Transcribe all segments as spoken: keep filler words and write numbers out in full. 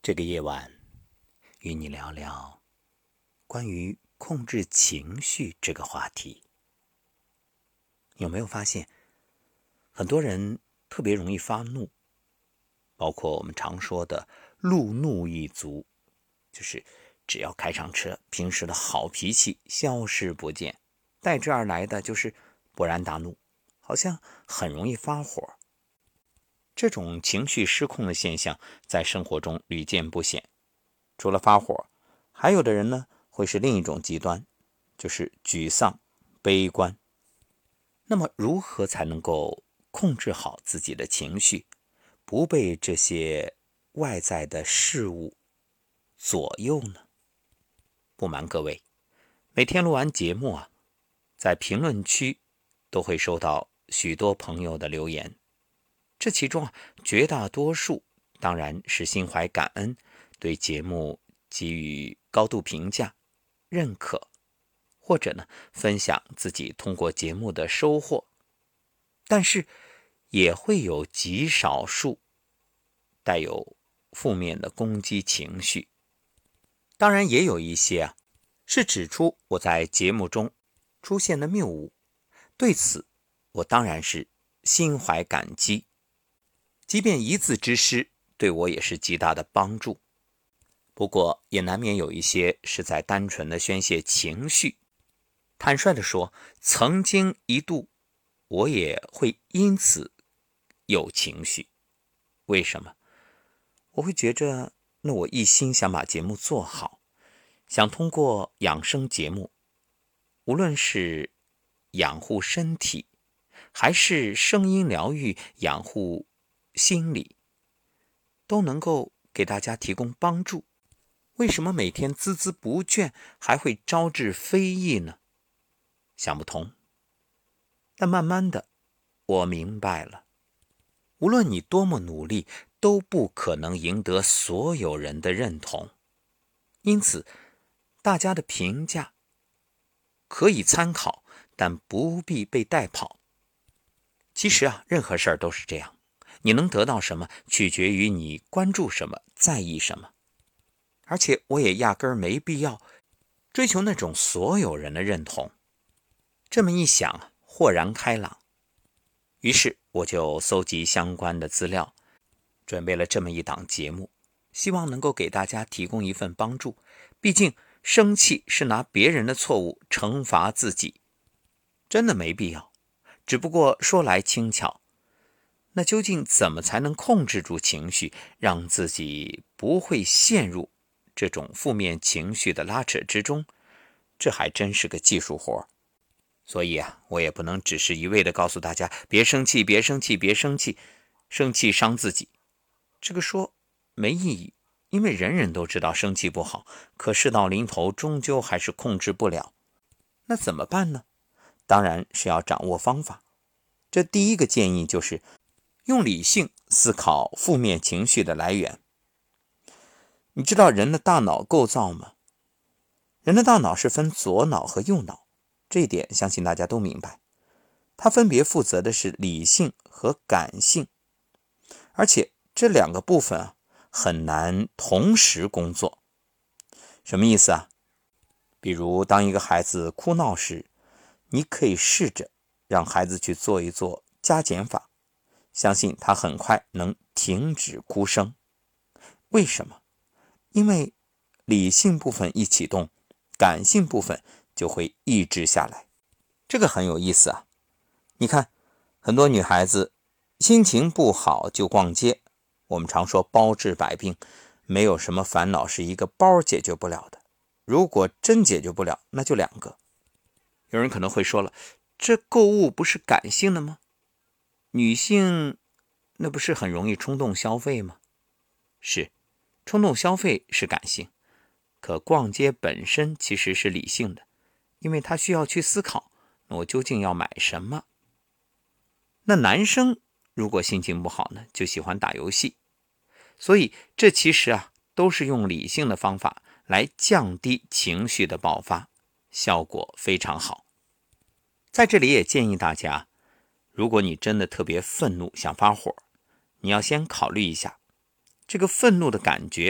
这个夜晚，与你聊聊关于控制情绪这个话题。有没有发现，很多人特别容易发怒，包括我们常说的路怒一族，就是只要开上车，平时的好脾气消失不见，代之而来的就是勃然大怒，好像很容易发火。这种情绪失控的现象在生活中屡见不鲜。除了发火，还有的人呢会是另一种极端，就是沮丧、悲观。那么如何才能够控制好自己的情绪，不被这些外在的事物左右呢？不瞒各位，每天录完节目啊，在评论区都会收到许多朋友的留言，这其中啊，绝大多数当然是心怀感恩，对节目给予高度评价、认可，或者呢，分享自己通过节目的收获。但是也会有极少数带有负面的攻击情绪。当然也有一些啊，是指出我在节目中出现的谬误，对此我当然是心怀感激，即便一字之失，对我也是极大的帮助。不过也难免有一些是在单纯的宣泄情绪。坦率地说，曾经一度我也会因此有情绪。为什么？我会觉着，那我一心想把节目做好，想通过养生节目，无论是养护身体，还是声音疗愈养护心理，都能够给大家提供帮助。为什么每天孜孜不倦，还会招致非议呢？想不通。但慢慢的，我明白了，无论你多么努力，都不可能赢得所有人的认同。因此，大家的评价可以参考，但不必被带跑。其实啊，任何事儿都是这样，你能得到什么，取决于你关注什么，在意什么。而且我也压根儿没必要追求那种所有人的认同。这么一想，豁然开朗。于是我就搜集相关的资料，准备了这么一档节目，希望能够给大家提供一份帮助。毕竟生气是拿别人的错误惩罚自己，真的没必要。只不过说来轻巧，那究竟怎么才能控制住情绪，让自己不会陷入这种负面情绪的拉扯之中，这还真是个技术活。所以啊，我也不能只是一味的告诉大家别生气别生气别生气，生气伤自己，这个说没意义。因为人人都知道生气不好，可事到临头终究还是控制不了。那怎么办呢？当然是要掌握方法。这第一个建议就是用理性思考负面情绪的来源。你知道人的大脑构造吗？人的大脑是分左脑和右脑，这一点相信大家都明白。它分别负责的是理性和感性，而且这两个部分啊，很难同时工作。什么意思啊？比如当一个孩子哭闹时，你可以试着让孩子去做一做加减法，相信他很快能停止哭声。为什么？因为理性部分一启动，感性部分就会抑制下来。这个很有意思啊。你看，很多女孩子心情不好就逛街，我们常说包治百病，没有什么烦恼是一个包解决不了的。如果真解决不了，那就两个。有人可能会说了，这购物不是感性的吗？女性那不是很容易冲动消费吗？是，冲动消费是感性，可逛街本身其实是理性的，因为它需要去思考，那我究竟要买什么？那男生如果心情不好呢，就喜欢打游戏。所以这其实啊，都是用理性的方法来降低情绪的爆发，效果非常好。在这里也建议大家，如果你真的特别愤怒，想发火，你要先考虑一下，这个愤怒的感觉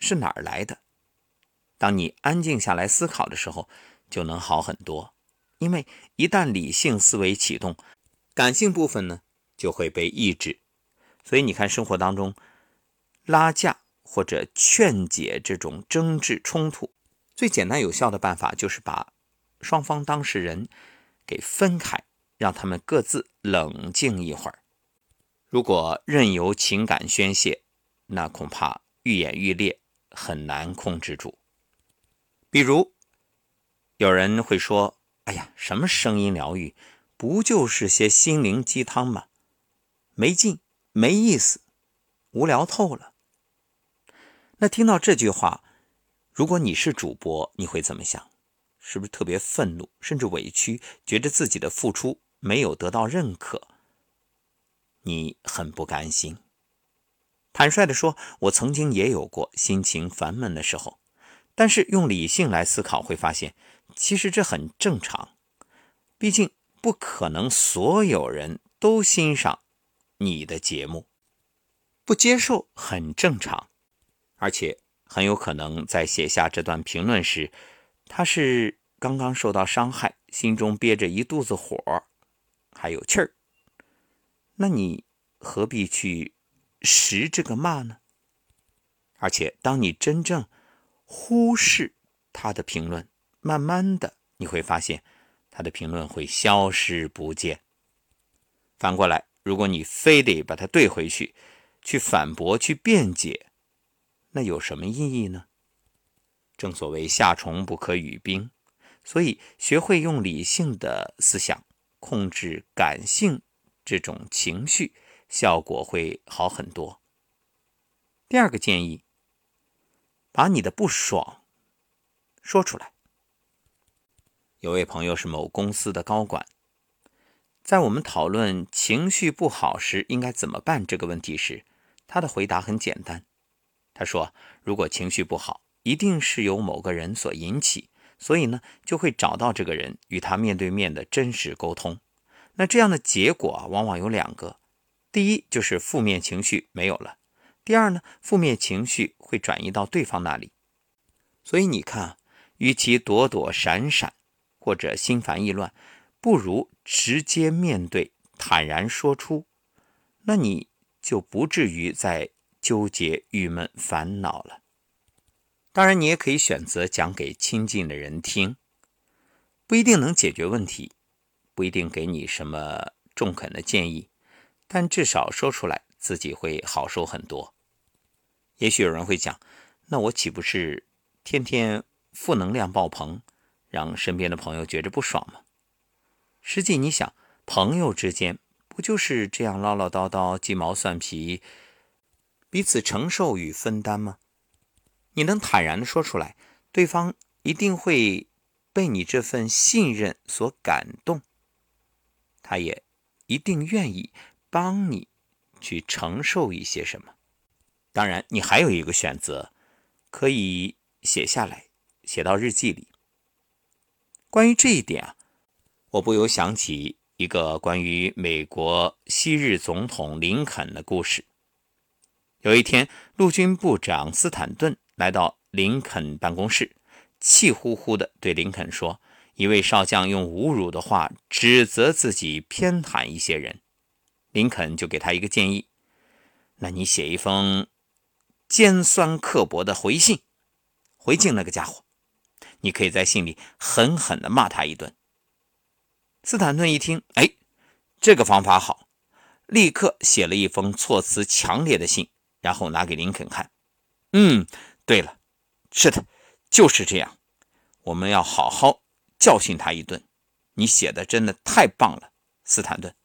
是哪儿来的？当你安静下来思考的时候，就能好很多。因为一旦理性思维启动，感性部分呢就会被抑制。所以你看生活当中拉架或者劝解这种争执冲突，最简单有效的办法就是把双方当事人给分开，让他们各自冷静一会儿。如果任由情感宣泄，那恐怕愈演愈烈，很难控制住。比如有人会说，哎呀，什么声音疗愈，不就是些心灵鸡汤吗？没劲，没意思，无聊透了。那听到这句话，如果你是主播，你会怎么想？是不是特别愤怒，甚至委屈，觉得自己的付出没有得到认可？你很不甘心。坦率地说，我曾经也有过心情烦闷的时候，但是用理性来思考会发现，其实这很正常。毕竟不可能所有人都欣赏你的节目，不接受很正常。而且很有可能在写下这段评论时，他是刚刚受到伤害，心中憋着一肚子火，还有气儿。那你何必去识这个骂呢？而且当你真正忽视他的评论，慢慢的你会发现他的评论会消失不见。反过来，如果你非得把它对回去，去反驳，去辩解，那有什么意义呢？正所谓夏虫不可语冰，所以学会用理性的思想控制感性这种情绪，效果会好很多。第二个建议，把你的不爽说出来。有位朋友是某公司的高管，在我们讨论情绪不好时应该怎么办这个问题时，他的回答很简单。他说，如果情绪不好，一定是由某个人所引起，所以呢，就会找到这个人，与他面对面的真实沟通。那这样的结果啊，往往有两个。第一，就是负面情绪没有了；第二呢，负面情绪会转移到对方那里。所以你看，与其躲躲闪闪或者心烦意乱，不如直接面对，坦然说出，那你就不至于再纠结、郁闷、烦恼了。当然，你也可以选择讲给亲近的人听，不一定能解决问题，不一定给你什么中肯的建议，但至少说出来，自己会好受很多。也许有人会讲，那我岂不是天天负能量爆棚，让身边的朋友觉着不爽吗？实际你想，朋友之间不就是这样唠唠叨叨、鸡毛蒜皮，彼此承受与分担吗？你能坦然地说出来，对方一定会被你这份信任所感动，他也一定愿意帮你去承受一些什么。当然，你还有一个选择，可以写下来，写到日记里。关于这一点啊，我不由想起一个关于美国昔日总统林肯的故事。有一天，陆军部长斯坦顿来到林肯办公室，气呼呼地对林肯说，一位少将用侮辱的话指责自己偏袒一些人。林肯就给他一个建议，那你写一封尖酸刻薄的回信，回敬那个家伙，你可以在信里狠狠地骂他一顿。斯坦顿一听，哎，这个方法好，立刻写了一封措辞强烈的信，然后拿给林肯看。嗯，对了，是的，就是这样，我们要好好教训他一顿。你写的真的太棒了，斯坦顿。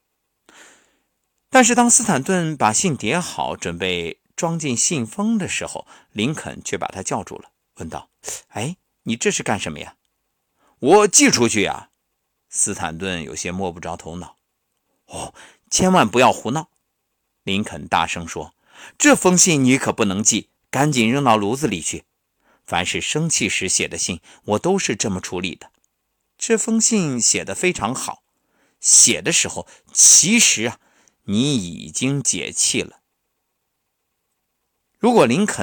但是当斯坦顿把信叠好，准备装进信封的时候，林肯却把他叫住了，问道，哎，你这是干什么呀？我寄出去呀。斯坦顿有些摸不着头脑。哦，千万不要胡闹，林肯大声说，这封信你可不能寄，赶紧扔到炉子里去。凡是生气时写的信，我都是这么处理的。这封信写得非常好，写的时候其实啊，你已经解气了。如果林肯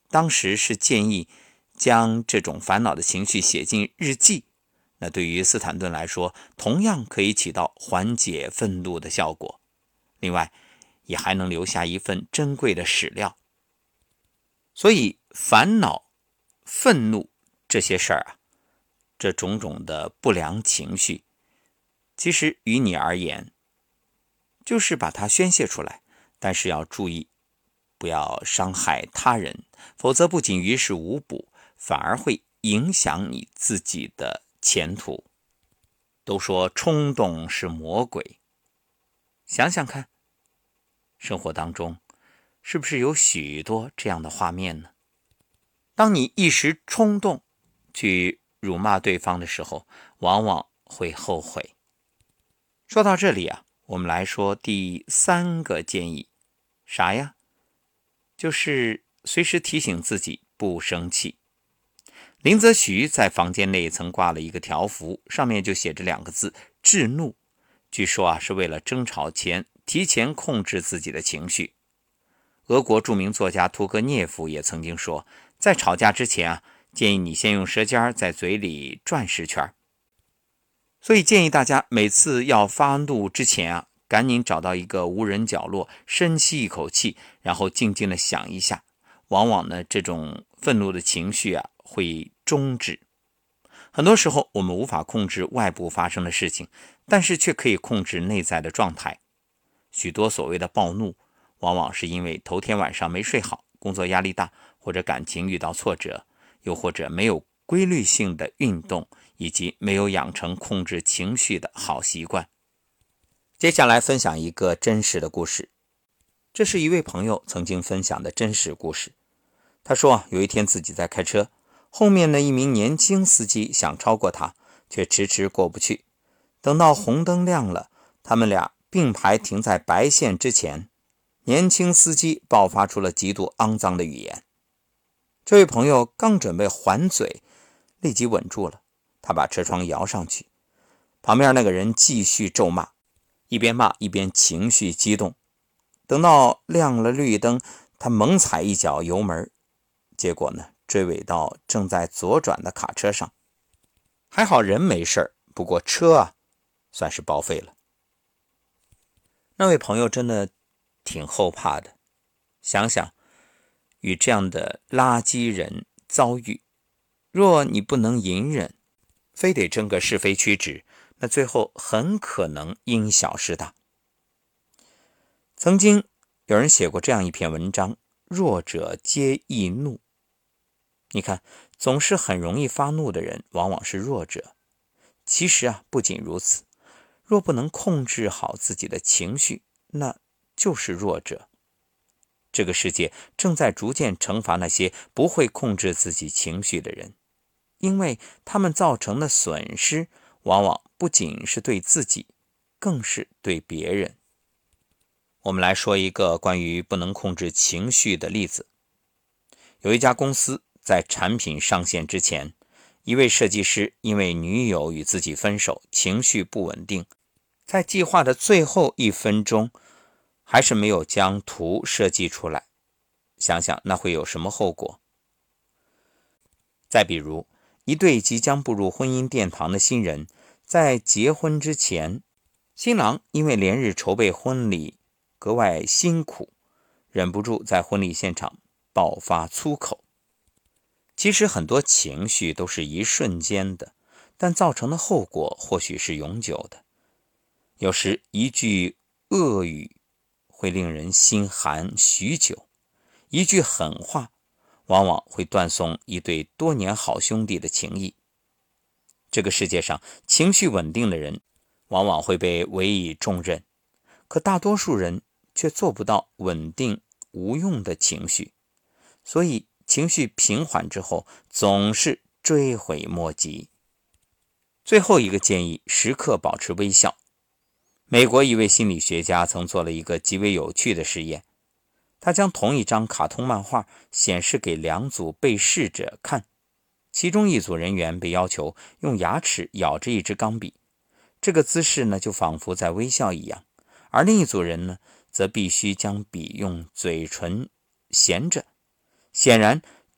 当时是建议将这种烦恼的情绪写进日记，那对于斯坦顿来说，同样可以起到缓解愤怒的效果。另外，也还能留下一份珍贵的史料。所以，烦恼、愤怒这些事儿啊，这种种的不良情绪，其实于你而言，就是把它宣泄出来，但是要注意，不要伤害他人，否则不仅于事无补，反而会影响你自己的前途。都说冲动是魔鬼，想想看，生活当中是不是有许多这样的画面呢？当你一时冲动去辱骂对方的时候，往往会后悔。说到这里啊，我们来说第三个建议，啥呀？就是随时提醒自己不生气。林则徐在房间内曾挂了一个条幅，上面就写着两个字“制怒”，据说啊是为了争吵前提前控制自己的情绪。俄国著名作家屠格涅夫也曾经说，在吵架之前啊，建议你先用舌尖在嘴里转十圈。所以建议大家每次要发怒之前啊，赶紧找到一个无人角落，深吸一口气，然后静静地想一下，往往呢这种愤怒的情绪啊会终止。很多时候我们无法控制外部发生的事情，但是却可以控制内在的状态。许多所谓的暴怒，往往是因为头天晚上没睡好，工作压力大，或者感情遇到挫折，又或者没有规律性的运动，以及没有养成控制情绪的好习惯。接下来分享一个真实的故事，这是一位朋友曾经分享的真实故事。他说有一天自己在开车，后面的一名年轻司机想超过他，却迟迟过不去。等到红灯亮了，他们俩并排停在白线之前，年轻司机爆发出了极度肮脏的语言。这位朋友刚准备还嘴，立即稳住了，他把车窗摇上去，旁边那个人继续咒骂，一边骂一边情绪激动。等到亮了绿灯，他猛踩一脚油门，结果呢，追尾到正在左转的卡车上。还好人没事，不过车啊，算是报废了。那位朋友真的挺后怕的，想想与这样的垃圾人遭遇，若你不能隐忍，非得争个是非曲直，那最后很可能因小失大。曾经有人写过这样一篇文章，弱者皆易怒。你看，总是很容易发怒的人往往是弱者。其实啊，不仅如此，若不能控制好自己的情绪，那就是弱者。这个世界正在逐渐惩罚那些不会控制自己情绪的人，因为他们造成的损失往往不仅是对自己，更是对别人。我们来说一个关于不能控制情绪的例子。有一家公司在产品上线之前，一位设计师因为女友与自己分手，情绪不稳定，在计划的最后一分钟还是没有将图设计出来。想想那会有什么后果？再比如，一对即将步入婚姻殿堂的新人，在结婚之前，新郎因为连日筹备婚礼格外辛苦，忍不住在婚礼现场爆发粗口。其实很多情绪都是一瞬间的，但造成的后果或许是永久的。有时一句恶语会令人心寒许久，一句狠话往往会断送一对多年好兄弟的情谊。这个世界上情绪稳定的人往往会被委以重任，可大多数人却做不到稳定无用的情绪，所以情绪平缓之后总是追悔莫及。最后一个建议，时刻保持微笑。美国一位心理学家曾做了一个极为有趣的实验，他将同一张卡通漫画显示给两组被试者看，其中一组人员被要求用牙齿咬着一支钢笔，这个姿势呢就仿佛在微笑一样，而另一组人呢则必须将笔用嘴唇衔着。显然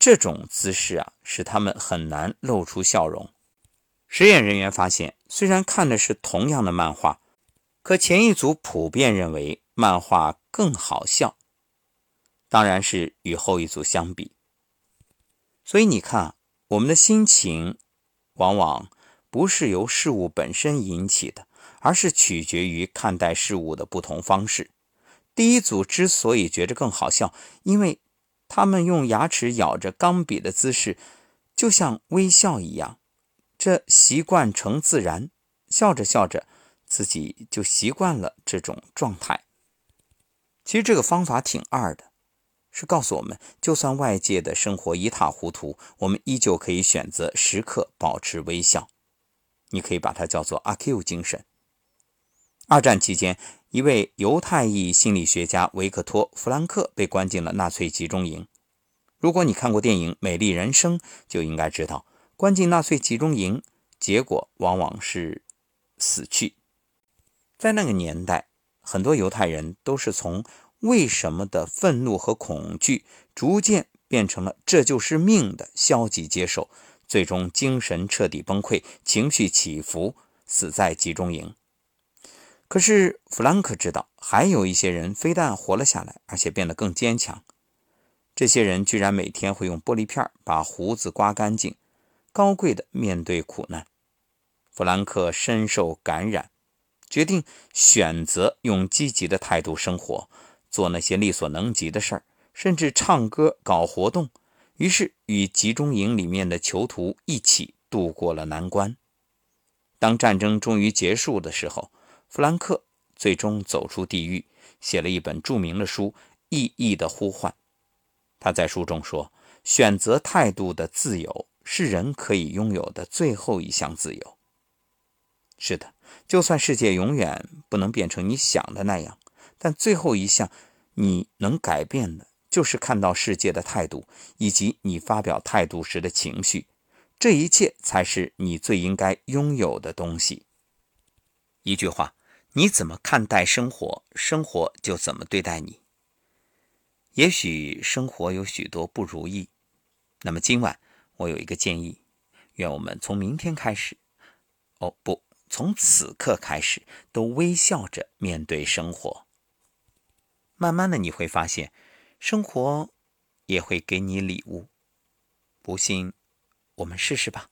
这种姿势啊，使他们很难露出笑容。实验人员发现，虽然看的是同样的漫画，可前一组普遍认为漫画更好笑，当然是与后一组相比。所以你看，我们的心情往往不是由事物本身引起的，而是取决于看待事物的不同方式。第一组之所以觉着更好笑，因为他们用牙齿咬着钢笔的姿势就像微笑一样，这习惯成自然，笑着笑着自己就习惯了这种状态。其实这个方法挺二的，是告诉我们，就算外界的生活一塌糊涂，我们依旧可以选择时刻保持微笑。你可以把它叫做阿 Q 精神。二战期间，一位犹太裔心理学家维克托·弗兰克被关进了纳粹集中营。如果你看过电影《美丽人生》，就应该知道，关进纳粹集中营，结果往往是死去。在那个年代，很多犹太人都是从为什么的愤怒和恐惧，逐渐变成了这就是命的消极接受，最终精神彻底崩溃，情绪起伏，死在集中营。可是弗兰克知道，还有一些人非但活了下来，而且变得更坚强。这些人居然每天会用玻璃片把胡子刮干净，高贵地面对苦难。弗兰克深受感染，决定选择用积极的态度生活，做那些力所能及的事儿，甚至唱歌搞活动。于是与集中营里面的囚徒一起度过了难关。当战争终于结束的时候，弗兰克最终走出地狱，写了一本著名的书《意义的呼唤》。他在书中说，选择态度的自由是人可以拥有的最后一项自由。是的，就算世界永远不能变成你想的那样，但最后一项你能改变的，就是看到世界的态度，以及你发表态度时的情绪。这一切才是你最应该拥有的东西。一句话，你怎么看待生活，生活就怎么对待你。也许生活有许多不如意，那么今晚我有一个建议，愿我们从明天开始，哦不，从此刻开始，都微笑着面对生活。慢慢的你会发现，生活也会给你礼物。不信，我们试试吧。